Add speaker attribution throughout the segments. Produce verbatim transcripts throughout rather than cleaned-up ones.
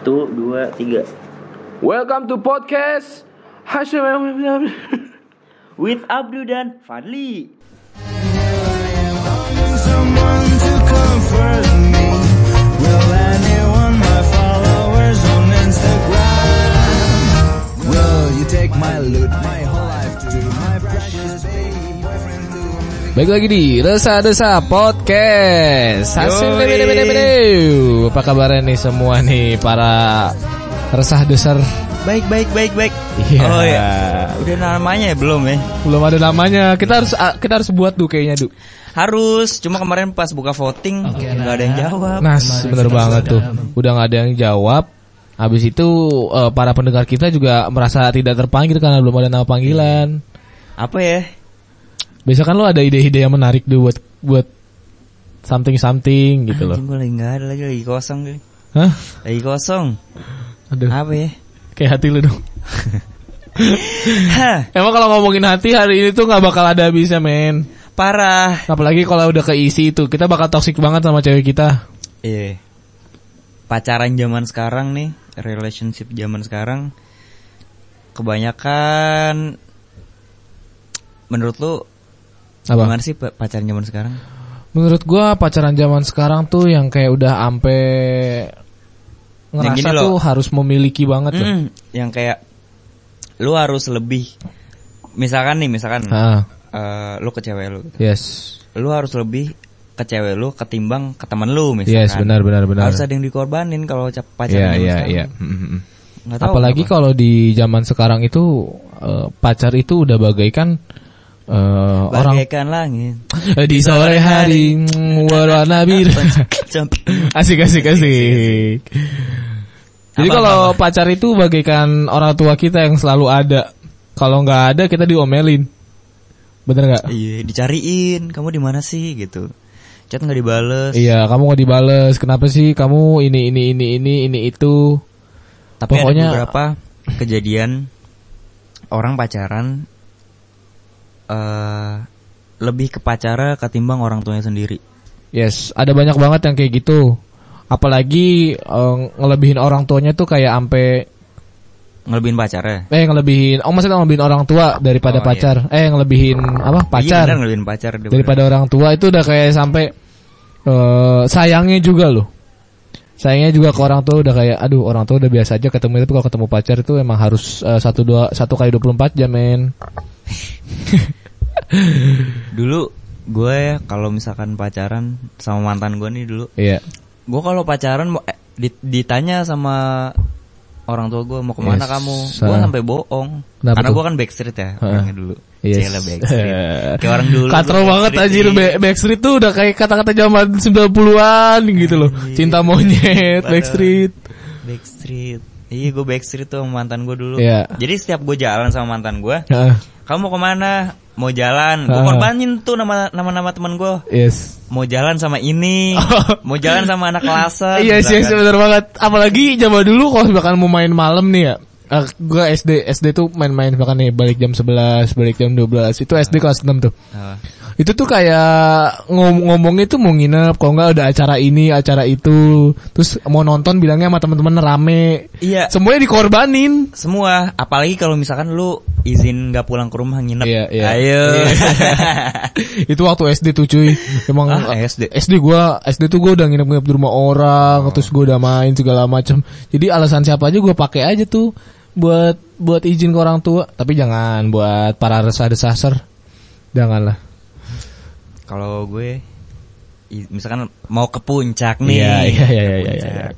Speaker 1: Satu, dua, tiga.
Speaker 2: Welcome to podcast Hashim
Speaker 1: with Abdu dan Fadli.
Speaker 3: Someone to comfort me. Will anyone my followers on Instagram? Will you take my loot, my whole life to my precious baby boyfriend to living.
Speaker 2: Baik lagi di Resah-Desah Podcast. Hasil bede-bede-bede. Apa kabarnya nih semua nih para resah desar?
Speaker 1: Baik, baik, baik, baik.
Speaker 2: Iya.
Speaker 1: Oh ya, udah namanya ya belum ya?
Speaker 2: Belum ada namanya. Kita harus kita harus buat tuh kayaknya, Du.
Speaker 1: Harus. Cuma kemarin pas buka voting okay, nggak ada yang jawab.
Speaker 2: Nah, bener banget tuh. Udah nggak ada yang jawab. Habis itu uh, para pendengar kita juga merasa tidak terpanggil karena belum ada nama panggilan.
Speaker 1: Apa ya?
Speaker 2: Biasa kan lo ada ide-ide yang menarik tuh buat buat something something gitu loh.
Speaker 1: Anjing, gue lagi nggak ada lagi lagi kosong nih.
Speaker 2: Hah?
Speaker 1: Lagi kosong.
Speaker 2: Aduh.
Speaker 1: Apa ya?
Speaker 2: Kayak hati lu dong. Emang kalau ngomongin hati hari ini tuh nggak bakal ada habisnya, men.
Speaker 1: Parah.
Speaker 2: Apalagi kalau udah keisi itu, kita bakal toksik banget sama cewek kita.
Speaker 1: Iya. Pacaran zaman sekarang nih, relationship zaman sekarang, kebanyakan menurut lu
Speaker 2: apa?
Speaker 1: Gimana sih pacaran zaman sekarang?
Speaker 2: Menurut gua pacaran zaman sekarang tuh yang kayak udah ampe ngerasa tuh harus memiliki banget
Speaker 1: mm,
Speaker 2: loh.
Speaker 1: Yang kayak lu harus lebih. Misalkan nih, misalkan
Speaker 2: ah.
Speaker 1: uh, lu ke cewek lu.
Speaker 2: Yes.
Speaker 1: Lu harus lebih ke cewek lu ketimbang ke teman lu misalkan.
Speaker 2: Yes, benar benar benar.
Speaker 1: Harus ada yang dikorbanin kalau pacaran.
Speaker 2: Iya, iya, iya.
Speaker 1: Tahu
Speaker 2: apalagi apa. Kalau di zaman sekarang itu uh, pacar itu udah bagaikan uh,
Speaker 1: bagaikan
Speaker 2: orang
Speaker 1: langit
Speaker 2: di sore hari warna biru. Asik asik asik. Jadi kalau pacar itu bagaikan orang tua kita yang selalu ada. Kalau nggak ada kita diomelin. Bener nggak?
Speaker 1: Iya, dicariin. Kamu di mana sih gitu. Chat nggak dibales.
Speaker 2: Iya, kamu nggak dibales. Kenapa sih kamu ini ini ini ini ini itu?
Speaker 1: Tapi pokoknya ada beberapa kejadian orang pacaran uh, lebih ke pacara ketimbang orang tuanya sendiri.
Speaker 2: Yes, ada banyak banget yang kayak gitu. Apalagi uh, ngelebihin orang tuanya tuh kayak ampe
Speaker 1: ngelebihin pacarnya.
Speaker 2: Eh ngelebihin, oh maksudnya ngelebihin orang tua daripada oh, pacar. Iya. Eh ngelebihin apa? Pacar.
Speaker 1: Iya, bener, ngelebihin pacar daripada,
Speaker 2: daripada orang tua itu udah kayak sampai uh, sayangnya juga loh. Sayangnya juga ke orang tua udah kayak aduh orang tua udah biasa aja ketemu, tapi kalau ketemu pacar itu emang harus uh, satu dua satu kali dua puluh empat jam, men.
Speaker 1: Dulu gue kalau misalkan pacaran sama mantan gue nih dulu.
Speaker 2: Iya.
Speaker 1: Gue kalau pacaran mau eh, ditanya sama orang tua gue mau kemana yes. kamu, gue sampai bohong. Kenapa karena gue kan backstreet ya orangnya dulu.
Speaker 2: Yes.
Speaker 1: Cila backstreet. Kayak orang dulu.
Speaker 2: Katro banget anjir, backstreet tuh udah kayak kata-kata zaman sembilan puluhan gitu loh. Cinta monyet, backstreet.
Speaker 1: Backstreet. Iya, gue backstreet tuh sama mantan gue dulu.
Speaker 2: Yeah.
Speaker 1: Jadi setiap gue jalan sama mantan gue,
Speaker 2: uh.
Speaker 1: kamu mau kemana? Mau jalan, gue korbanin tuh nama nama-nama teman gue.
Speaker 2: Yes.
Speaker 1: Mau jalan sama ini, mau jalan sama anak kelasan.
Speaker 2: Iya sih, yes, benar banget. Apalagi zaman dulu kalau misalkan mau main malam nih ya. Uh, gue S D S D tuh main-main bahkan nih balik jam sebelas, balik jam dua belas. Itu S D kelas enam tuh. Uh. Itu tuh kayak ngom- ngomongnya tuh mau nginep, kalau enggak ada acara ini, acara itu. Terus mau nonton bilangnya sama teman-teman rame.
Speaker 1: Iya.
Speaker 2: Semuanya dikorbanin.
Speaker 1: Semua, apalagi kalau misalkan lu izin enggak pulang ke rumah nginep.
Speaker 2: Iya, iya.
Speaker 1: Ayo.
Speaker 2: Iya. Itu waktu S D tuh cuy. Emang
Speaker 1: ah, S D.
Speaker 2: S D gua, S D tuh gua udah nginep-nginep di rumah orang, oh. Terus gua udah main segala macam. Jadi alasan siapa aja gua pakai aja tuh buat buat izin ke orang tua. Tapi jangan buat para resah-desasar. Janganlah.
Speaker 1: Kalau gue misalkan mau ke puncak nih.
Speaker 2: Iya, iya, iya, iya, iya.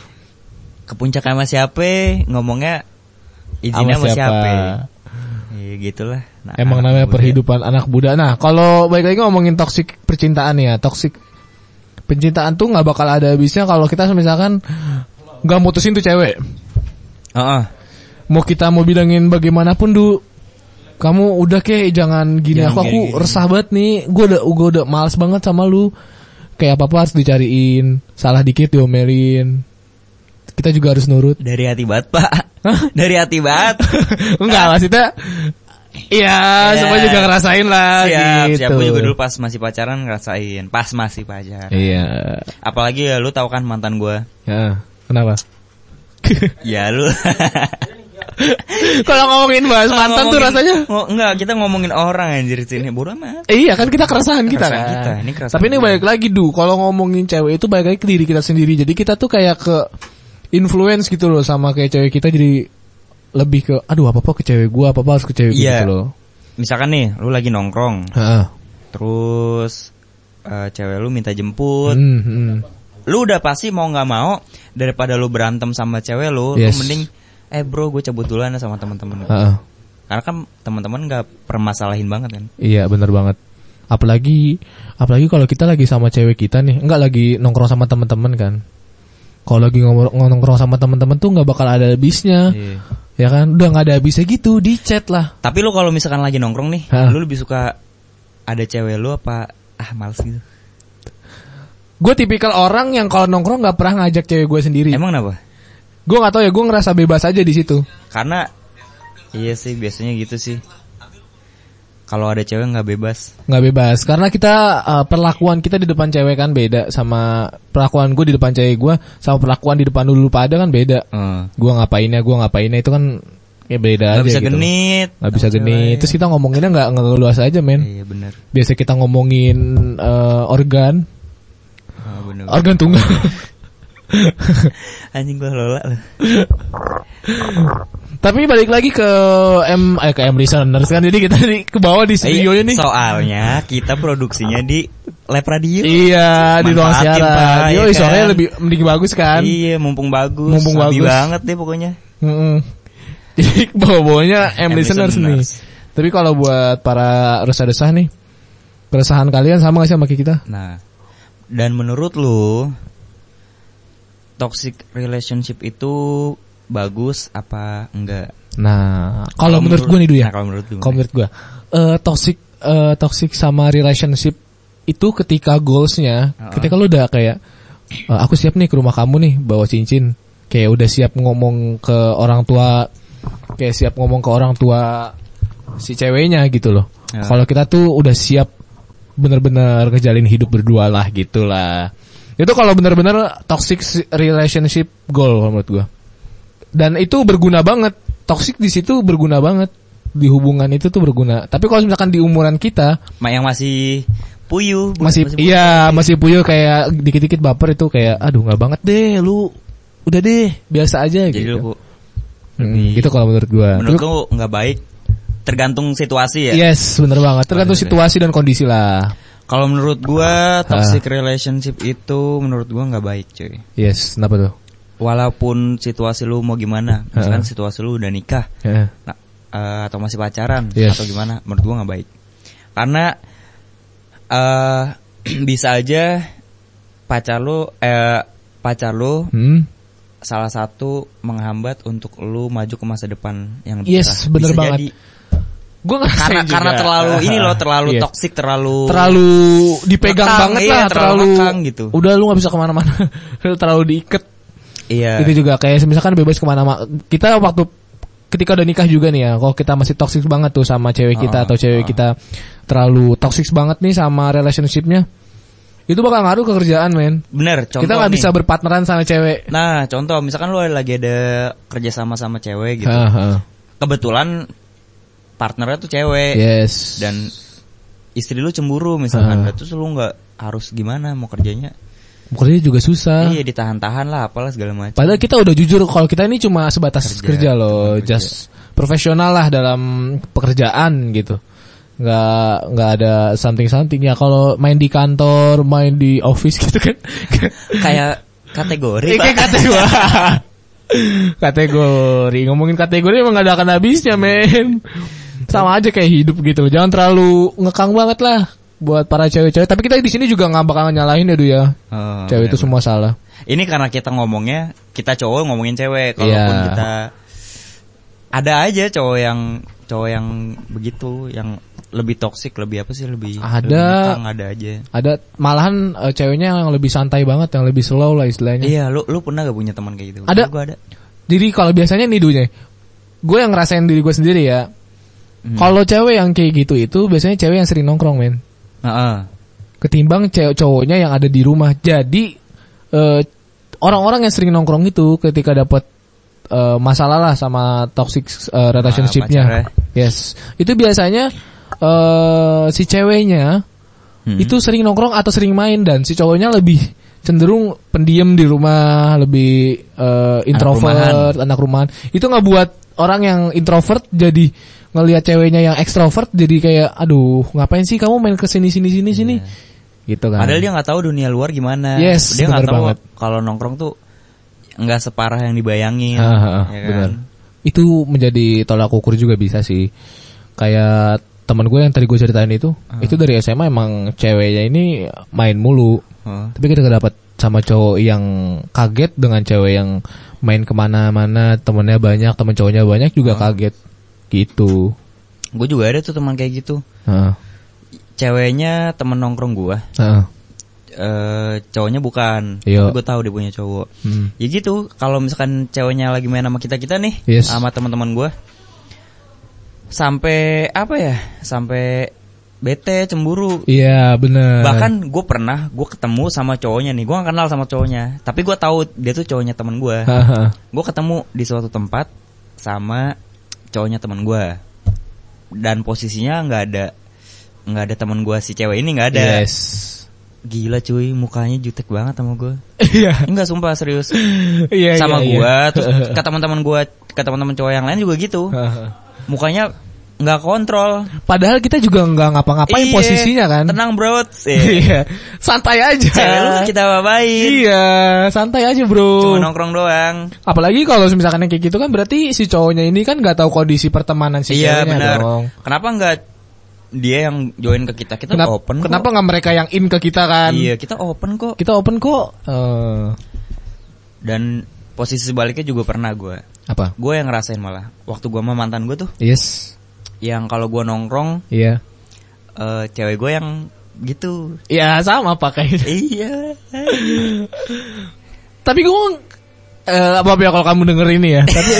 Speaker 1: Ke puncak sama siapa? Ngomongnya izinnya sama siapa? Iya, gitulah.
Speaker 2: Nah, emang namanya perhidupan anak muda. Nah, kalau balik lagi ngomongin toksik percintaan ya, toksik percintaan tuh nggak bakal ada habisnya kalau kita misalkan nggak mutusin tuh cewek.
Speaker 1: Uh-uh.
Speaker 2: Mau kita mau bilangin bagaimanapun du, kamu udah kek jangan gini, jangan aku aku gini. Resah banget nih, gue udah gue udah malas banget sama lu. Kayak apa apa harus dicariin, salah dikit diomelin. Kita juga harus nurut.
Speaker 1: Dari hati banget pak. Dari hati banget.
Speaker 2: Enggak maksudnya. Iya, yeah. Semua juga ngerasain lah.
Speaker 1: Siap,
Speaker 2: gitu.
Speaker 1: siap. Gue juga dulu pas masih pacaran ngerasain. Pas masih pacaran.
Speaker 2: Iya.
Speaker 1: Apalagi ya lu tahu kan mantan gue.
Speaker 2: Ya, kenapa?
Speaker 1: Ya lu.
Speaker 2: Kalau ngomongin bahas mantan ngomongin, tuh rasanya
Speaker 1: oh, enggak, kita ngomongin orang anjir sini. Bodoh amat.
Speaker 2: Eh, iya kan kita keresahan, kita
Speaker 1: keresahan
Speaker 2: kan.
Speaker 1: Kita. Ini keresahan
Speaker 2: Tapi ini balik lagi Du, kalau ngomongin cewek itu balik lagi ke diri kita sendiri. Jadi kita tuh kayak ke influence gitu loh sama kayak cewek kita, jadi lebih ke aduh apa-apa ke cewek gua, apa-apa harus ke cewek
Speaker 1: iya.
Speaker 2: gitu loh.
Speaker 1: Misalkan nih, lu lagi nongkrong.
Speaker 2: Heeh.
Speaker 1: Terus uh, cewek lu minta jemput.
Speaker 2: Hmm, hmm.
Speaker 1: Lu udah pasti mau enggak mau daripada lu berantem sama cewek lu, yes. lu mending eh bro gue cabut duluan sama teman-teman.
Speaker 2: Uh-uh.
Speaker 1: Karena kan teman-teman nggak permasalahin banget kan.
Speaker 2: Iya benar banget. Apalagi apalagi kalau kita lagi sama cewek kita nih, nggak lagi nongkrong sama teman-teman kan. Kalau lagi ngomong nongkrong sama teman-teman tuh nggak bakal ada habisnya. Iya. Ya kan, udah nggak ada habisnya gitu di chat lah.
Speaker 1: Tapi lu kalau misalkan lagi nongkrong nih, ha? Lu lebih suka ada cewek lu apa ah males gitu?
Speaker 2: Gue tipikal orang yang kalau nongkrong nggak pernah ngajak cewek gue sendiri.
Speaker 1: Emang kenapa?
Speaker 2: Gue nggak tahu ya, gue ngerasa bebas aja di situ.
Speaker 1: Karena iya sih biasanya gitu sih. Kalau ada cewek nggak bebas.
Speaker 2: Nggak bebas karena kita uh, perlakuan kita di depan cewek kan beda sama perlakuan gue di depan cewek gue sama perlakuan di depan dulu pada kan beda. Hmm. Gue ngapainnya, gue ngapainnya itu kan ya beda gak aja. Gak bisa
Speaker 1: gitu. genit.
Speaker 2: Gak bisa genit. Terus kita ngomonginnya nggak nggak luas aja men.
Speaker 1: Iya benar.
Speaker 2: Biasa kita ngomongin uh, organ.
Speaker 1: Oh, bener,
Speaker 2: organ tunggal.
Speaker 1: Anjing gua lola loh.
Speaker 2: Tapi balik lagi ke M eh ke M listeners kan, jadi kita di ke bawah di studionya nih.
Speaker 1: Soalnya kita produksinya di Lab Radio.
Speaker 2: Iya, di ruang siaran. Yo, ya suaranya kan? Lebih mending bagus kan?
Speaker 1: Iya, mumpung bagus.
Speaker 2: Mumpung
Speaker 1: Sabi
Speaker 2: bagus
Speaker 1: banget deh pokoknya.
Speaker 2: Heeh. Jadi bawah-bawahnya M, M listeners, listeners nih. Tapi kalau buat para resah-resah nih, keresahan kalian sama gak sih sama kita?
Speaker 1: Nah, dan menurut lu toxic relationship itu bagus apa enggak?
Speaker 2: Nah, kalau menurut, menurut gue nih Du ya.
Speaker 1: Nah, kalau menurut gue.
Speaker 2: Kalau menurut gue, uh, toxic uh, toxic sama relationship itu ketika goalsnya, uh-uh. ketika lu udah kayak uh, aku siap nih ke rumah kamu nih bawa cincin, kayak udah siap ngomong ke orang tua, kayak siap ngomong ke orang tua si ceweknya gitu loh. Uh. Kalau kita tuh udah siap bener-bener ngejalin hidup berdua lah gitulah. Itu kalau benar-benar toxic relationship goal menurut gue. Dan itu berguna banget. Toxic di situ berguna banget. Di hubungan itu tuh berguna. Tapi kalau misalkan di umuran kita,
Speaker 1: yang masih puyuh,
Speaker 2: masih, masih iya, puyuh. masih puyuh kayak dikit-dikit baper itu kayak aduh enggak banget deh lu. Udah deh, biasa aja. Jadi gitu. Lu, hmm, gitu kalau menurut gue.
Speaker 1: Menurut lu enggak baik. Tergantung situasi ya.
Speaker 2: Yes, bener banget. Tergantung oh, situasi dan kondisi lah.
Speaker 1: Kalau menurut gua toxic uh. relationship itu menurut gua nggak baik, cuy.
Speaker 2: Yes, kenapa tuh?
Speaker 1: Walaupun situasi lu mau gimana, misalkan uh. situasi lu udah nikah, uh. nah, uh, atau masih pacaran, yes. atau gimana, menurut gua nggak baik. Karena uh, bisa aja pacar lu, eh, pacar lu hmm? salah satu menghambat untuk lu maju ke masa depan yang lebih cerah.
Speaker 2: Yes, bener banget. Jadi, Gua
Speaker 1: karena juga. karena terlalu ini loh terlalu yeah. toksik, terlalu
Speaker 2: terlalu dipegang ngekang, banget iya, lah, terlalu, terlalu
Speaker 1: gitu.
Speaker 2: Udah lu nggak bisa kemana-mana, terlalu diikat.
Speaker 1: Iya.
Speaker 2: Itu juga kayak misalkan bebas kemana-mana. Kita waktu ketika udah nikah juga nih ya, kalau kita masih toksik banget tuh sama cewek kita oh, atau cewek oh. kita terlalu toksik banget nih sama relationshipnya, itu bakal ngaruh ke kerjaan men.
Speaker 1: Bener. Contoh
Speaker 2: kita nggak bisa berpartneran sama cewek.
Speaker 1: Nah contoh misalkan lu lagi ada kerja sama sama cewek gitu.
Speaker 2: Uh-huh.
Speaker 1: Kebetulan partnernya tuh cewek,
Speaker 2: yes.
Speaker 1: dan istri lu cemburu misalkan, uh. terus lu nggak harus gimana mau kerjanya?
Speaker 2: Mau kerja juga susah.
Speaker 1: Iya ditahan-tahan lah, apalah segala macam.
Speaker 2: Padahal kita udah jujur kalau kita ini cuma sebatas kerja, kerja loh, kerja. Just profesional lah dalam pekerjaan gitu. Nggak nggak ada something-something ya. Kalau main di kantor, main di office gitu kan,
Speaker 1: kayak kategori.
Speaker 2: Kayak kategori. Kategori, ngomongin kategori emang gak ada akan habisnya men. Sama aja kayak hidup gitu loh. Jangan terlalu ngekang banget lah buat para cewek-cewek. Tapi kita di sini juga nggak bakal nyalahin ya Du ya. Oh, cewek bener, itu bener. Semua salah.
Speaker 1: Ini karena kita ngomongnya, kita cowok ngomongin cewek. Kalaupun yeah. kita ada aja cowok yang cowok yang begitu, yang lebih toksik, lebih apa sih, lebih
Speaker 2: ada
Speaker 1: lebih ngekang, ada aja.
Speaker 2: Ada malahan uh, ceweknya yang lebih santai banget, yang lebih slow lah istilahnya.
Speaker 1: Iya, lu lu pernah gak punya teman kayak gitu?
Speaker 2: Ada. Gue ada. Jadi kalau biasanya nih dunya, gue yang ngerasain diri gue sendiri ya. Hmm. Kalau cewek yang kayak gitu itu biasanya cewek yang sering nongkrong men.
Speaker 1: Uh-uh.
Speaker 2: Ketimbang cewek cowoknya yang ada di rumah. Jadi uh, orang-orang yang sering nongkrong itu ketika dapat uh, masalah lah sama toxic uh, relationship-nya. Ah, yes. Itu biasanya uh, si ceweknya hmm. itu sering nongkrong atau sering main dan si cowoknya lebih cenderung pendiam di rumah, lebih uh, introvert, anak rumahan. anak rumahan. Itu ngebuat orang yang introvert jadi ngelihat ceweknya yang ekstrovert jadi kayak aduh, ngapain sih kamu main ke sini sini sini sini. Yeah. Gitu kan.
Speaker 1: Padahal dia enggak tahu dunia luar gimana.
Speaker 2: Yes,
Speaker 1: dia enggak tahu kalau nongkrong tuh enggak separah yang dibayangin.
Speaker 2: Ha, ha, ya kan? Bener. Itu menjadi tolak ukur juga bisa sih. Kayak teman gue yang tadi gue ceritain itu, uh. itu dari S M A emang ceweknya ini main mulu, uh. tapi kita dapat sama cowok yang kaget dengan cewek yang main kemana-mana, temennya banyak, temen cowoknya banyak juga uh. kaget, gitu.
Speaker 1: Gue juga ada tuh teman kayak gitu, uh. ceweknya temen nongkrong gue, uh. uh, cowoknya bukan, tapi gue tahu dia punya cowok. Hmm. Ya gitu, kalau misalkan ceweknya lagi main sama kita kita nih, yes. sama teman-teman gue. Sampai apa ya? Sampai bete, cemburu.
Speaker 2: Iya, benar.
Speaker 1: Bahkan gue pernah gue ketemu sama cowoknya nih. Gue gak kenal sama cowoknya, tapi gue tahu dia tuh cowoknya teman gue. Gue ketemu di suatu tempat sama cowoknya teman gue. Dan posisinya nggak ada nggak ada teman gue si cewek ini nggak ada.
Speaker 2: Yes.
Speaker 1: Gila cuy, mukanya jutek banget sama gue.
Speaker 2: Iya.
Speaker 1: Enggak, sumpah serius.
Speaker 2: Iya,
Speaker 1: sama
Speaker 2: iya,
Speaker 1: gue,
Speaker 2: iya.
Speaker 1: terus ke teman-teman gue, ke teman-teman cowok yang lain juga gitu. Mukanya nggak kontrol.
Speaker 2: Padahal kita juga nggak ngapa-ngapain Iye, posisinya kan.
Speaker 1: Tenang bro.
Speaker 2: Iya. Santai aja.
Speaker 1: Cewek lu kita babain.
Speaker 2: Iya. Santai aja bro.
Speaker 1: Cuma nongkrong doang.
Speaker 2: Apalagi kalau misalkan kayak gitu kan berarti si cowoknya ini kan nggak tahu kondisi pertemanan si
Speaker 1: iya,
Speaker 2: ceweknya
Speaker 1: bener.
Speaker 2: dong.
Speaker 1: Kenapa nggak dia yang join ke kita? Kita
Speaker 2: kenapa,
Speaker 1: open.
Speaker 2: Kenapa nggak mereka yang in ke kita kan?
Speaker 1: Iya, kita open kok.
Speaker 2: Kita open kok. Uh.
Speaker 1: Dan posisi sebaliknya juga pernah gue.
Speaker 2: Apa?
Speaker 1: Gue yang ngerasain malah. Waktu gue sama mantan gue tuh.
Speaker 2: Yes.
Speaker 1: Yang kalau gue nongkrong.
Speaker 2: Iya.
Speaker 1: Uh, cewek gue yang gitu.
Speaker 2: Iya sama pakai.
Speaker 1: Iya.
Speaker 2: Tapi gue uh, apa ya kalau kamu denger ini ya. Tapi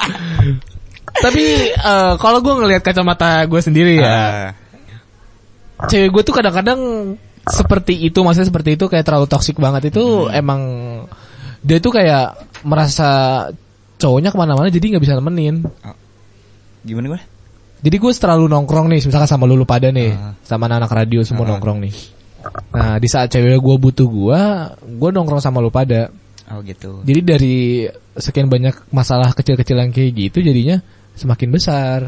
Speaker 2: tapi uh, kalau gue ngelihat kacamata gue sendiri ya. Uh. Cewek gue tuh kadang-kadang seperti itu, maksudnya seperti itu kayak terlalu toksik banget itu hmm. emang dia tuh kayak merasa cowoknya kemana-mana jadi nggak bisa nemenin.
Speaker 1: Oh. Gimana gue?
Speaker 2: Jadi gue terlalu nongkrong nih, misalkan sama lulu pada nih, uh. sama anak radio semua uh. nongkrong nih. Nah di saat cewek gue butuh gue, gue nongkrong sama lu pada.
Speaker 1: Oh gitu.
Speaker 2: Jadi dari sekian banyak masalah kecil-kecilan kayak gitu, jadinya semakin besar.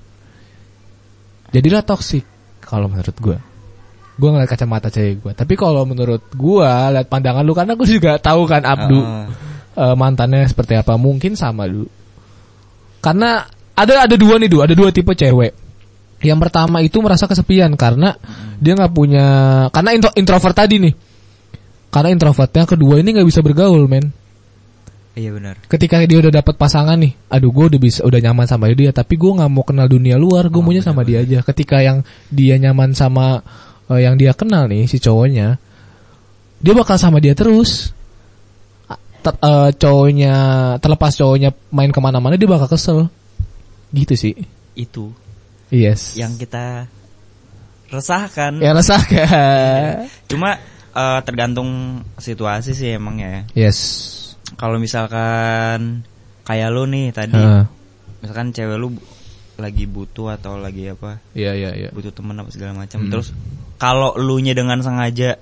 Speaker 2: Jadilah toksik kalau menurut gue. Gue ngeliat kacamata cewek gue. Tapi kalau menurut gue, lihat pandangan lu, karena gue juga tahu kan Abdu uh. uh, mantannya seperti apa, mungkin sama dulu. Karena ada ada dua nih, dua ada dua tipe cewek. Yang pertama itu merasa kesepian karena hmm. dia nggak punya, karena intro, introvert tadi nih. Karena introvertnya kedua ini nggak bisa bergaul, men.
Speaker 1: Iya benar.
Speaker 2: Ketika dia udah dapat pasangan nih, aduh gue udah bisa, udah nyaman sama dia, tapi gue nggak mau kenal dunia luar, gue oh, maunya sama bener. dia aja. Ketika yang dia nyaman sama uh, yang dia kenal nih si cowoknya, dia bakal sama dia terus. Ter, uh, cowoknya terlepas cowoknya main kemana-mana dia bakal kesel. Gitu sih.
Speaker 1: Itu.
Speaker 2: Yes.
Speaker 1: Yang kita resahkan.
Speaker 2: Yang resahkan.
Speaker 1: Cuma uh, tergantung situasi sih emang ya.
Speaker 2: Yes.
Speaker 1: Kalau misalkan kayak lu nih tadi, uh. misalkan cewek lu lagi butuh atau lagi apa?
Speaker 2: Iya iya iya.
Speaker 1: Butuh teman apa segala macam. Hmm. Terus kalau lu nya dengan sengaja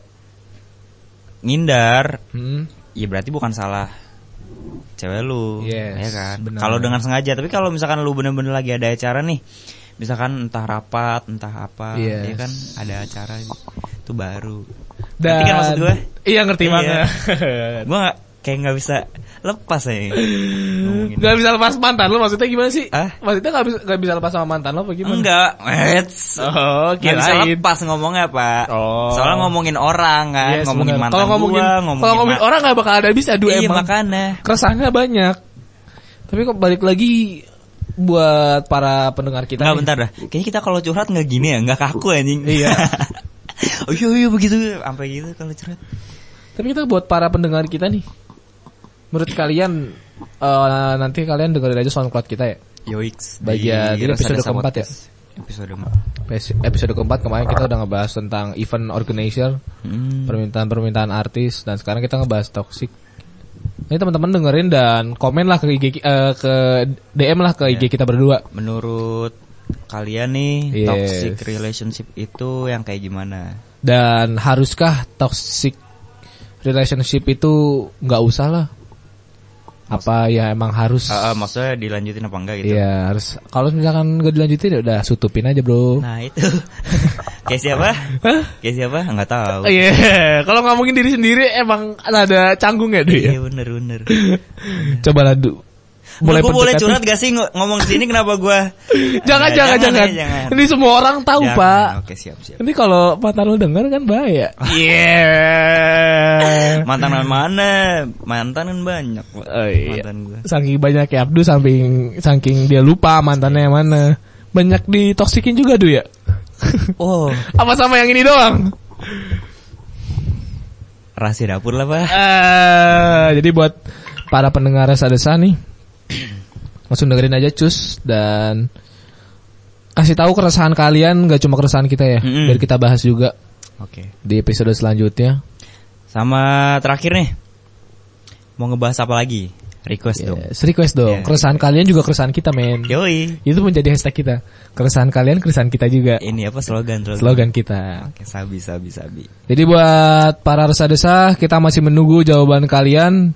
Speaker 1: ngindar, hmm. ya berarti bukan salah cewek lu,
Speaker 2: yes,
Speaker 1: ya kan? Kalau dengan sengaja, tapi kalau misalkan lu bener-bener lagi ada acara nih, misalkan entah rapat, entah apa, yes. ya kan ada acara itu baru.
Speaker 2: Dan,
Speaker 1: ngerti kan maksud gue?
Speaker 2: Iya ngerti
Speaker 1: iya.
Speaker 2: banget.
Speaker 1: Gue gak, kayak nggak bisa lepas ya.
Speaker 2: Nggak bisa lepas mantan lo, maksudnya gimana sih?
Speaker 1: Ah?
Speaker 2: Maksudnya nggak bisa nggak bisa lepas sama mantan lo, apa gimana?
Speaker 1: Enggak, oh, nggak bisa lepas ngomongnya pak.
Speaker 2: Oh.
Speaker 1: Soalnya ngomongin orang kan, yes, ngomongin bener. mantan
Speaker 2: kalo ngomongin,
Speaker 1: gua, ngomongin
Speaker 2: kalau ngomongin ma- orang nggak bakal ada habis, aduh
Speaker 1: iya,
Speaker 2: emang.
Speaker 1: Makanya.
Speaker 2: Keresahannya banyak. Tapi kok balik lagi buat para pendengar kita.
Speaker 1: Nggak bentar dah. Kayaknya kita kalau curhat nggak gini ya, nggak kaku anjing.
Speaker 2: Iya.
Speaker 1: Oh iya iya begitu, sampai gitu kalau curhat.
Speaker 2: Tapi kita buat para pendengar kita nih. Menurut kalian uh, nanti kalian dengerin aja SoundCloud kita ya.
Speaker 1: Yoix.
Speaker 2: Bagian ini episode keempat ya.
Speaker 1: Episode
Speaker 2: episode keempat kemarin kita udah ngebahas tentang event organizer, hmm. permintaan-permintaan artis, dan sekarang kita ngebahas toxic. Ini teman-teman dengerin dan komen lah ke I G uh, ke D M lah ke I G yeah. kita berdua.
Speaker 1: Menurut kalian nih yes. toxic relationship itu yang kayak gimana?
Speaker 2: Dan haruskah toxic relationship itu nggak usah lah? Apa ya emang harus?
Speaker 1: Uh, uh, maksudnya dilanjutin apa enggak gitu?
Speaker 2: Iya harus. Kalau misalkan nggak dilanjutin ya udah sutupin aja bro.
Speaker 1: Nah itu. Kayak siapa? Hah? Kayak siapa? Enggak tahu.
Speaker 2: Iya. Yeah. Kalau ngomongin diri sendiri emang ada canggung ya, Du?
Speaker 1: Iya, bener bener.
Speaker 2: Coba lah, Du.
Speaker 1: Boleh gua boleh curhat gak sih ngomong sini kenapa gua?
Speaker 2: jangan, jangan, jangan, jangan. Ini semua orang tahu, jangan. Pak.
Speaker 1: Oke, siap, siap.
Speaker 2: Ini kalau mantan lu denger kan bahaya. Iya. Yeah.
Speaker 1: Mantanan mana? Mantanan banyak, Pak.
Speaker 2: Oh, iya. Mantan gua. Saking banyak ya Abdu saking saking dia lupa mantannya yang mana. Banyak ditoksikin juga, Du ya?
Speaker 1: Oh.
Speaker 2: Apa sama yang ini doang?
Speaker 1: Rahasia dapur lah, Pak.
Speaker 2: Uh, jadi buat para pendengar Sadesa nih, langsung dengerin aja cus dan kasih tahu keresahan kalian, gak cuma keresahan kita ya, mm-hmm. biar kita bahas juga.
Speaker 1: Oke. Okay.
Speaker 2: Di episode selanjutnya.
Speaker 1: Sama terakhir nih, mau ngebahas apa lagi? Request yes, dong.
Speaker 2: Request dong. Yeah, keresahan request. Kalian juga keresahan kita, men.
Speaker 1: Yoi.
Speaker 2: Itu menjadi hashtag kita. Keresahan kalian, keresahan kita juga.
Speaker 1: Ini apa slogan? Slogan,
Speaker 2: slogan kita.
Speaker 1: Oke, sabi, sabi, sabi.
Speaker 2: Jadi buat para Resadesa, kita masih menunggu jawaban kalian.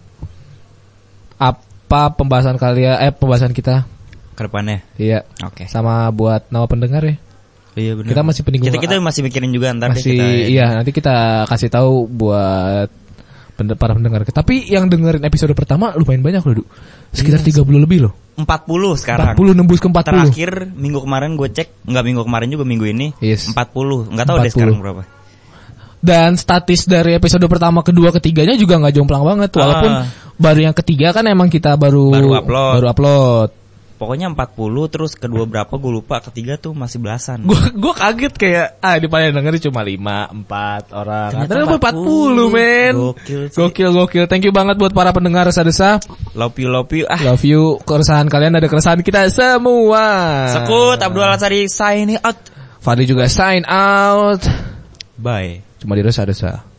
Speaker 2: Apa pembahasan kalian? Eh, pembahasan kita
Speaker 1: ke depannya.
Speaker 2: Iya.
Speaker 1: Oke. Okay.
Speaker 2: Sama buat nama pendengar ya.
Speaker 1: Iya benar.
Speaker 2: Kita masih peninggung.
Speaker 1: Kita kita masih mikirin juga ntar
Speaker 2: masih,
Speaker 1: deh kita.
Speaker 2: Iya, nanti kita kasih tahu buat para pendengar. Tapi yang dengerin episode pertama lumayan banyak loh, Du. Sekitar yes. tiga puluh lebih loh.
Speaker 1: empat puluh sekarang.
Speaker 2: empat puluh nembus ke empat puluh.
Speaker 1: Terakhir minggu kemarin gue cek, enggak minggu kemarin juga minggu ini
Speaker 2: yes.
Speaker 1: empat puluh. Enggak tahu deh sekarang berapa.
Speaker 2: Dan statis dari episode pertama, kedua, ketiganya juga enggak jomplang banget. Walaupun ah. baru yang ketiga kan emang kita baru
Speaker 1: baru upload.
Speaker 2: Baru upload.
Speaker 1: Pokoknya empat puluh, terus kedua berapa gue lupa, ketiga tuh masih belasan.
Speaker 2: Gue gue kaget kayak ah di paling denger cuma lima, empat orang. Ternyata empat puluh, men.
Speaker 1: Gokil, sih.
Speaker 2: Gokil, gokil. Thank you banget buat para pendengar Sadesa.
Speaker 1: Love you, love you. Ah.
Speaker 2: Love you. Keresahan kalian ada keresahan kita semua.
Speaker 1: Sekut, Abdul Alasari sign out.
Speaker 2: Fadli juga sign out.
Speaker 1: Bye.
Speaker 2: Cuma di Sadesa.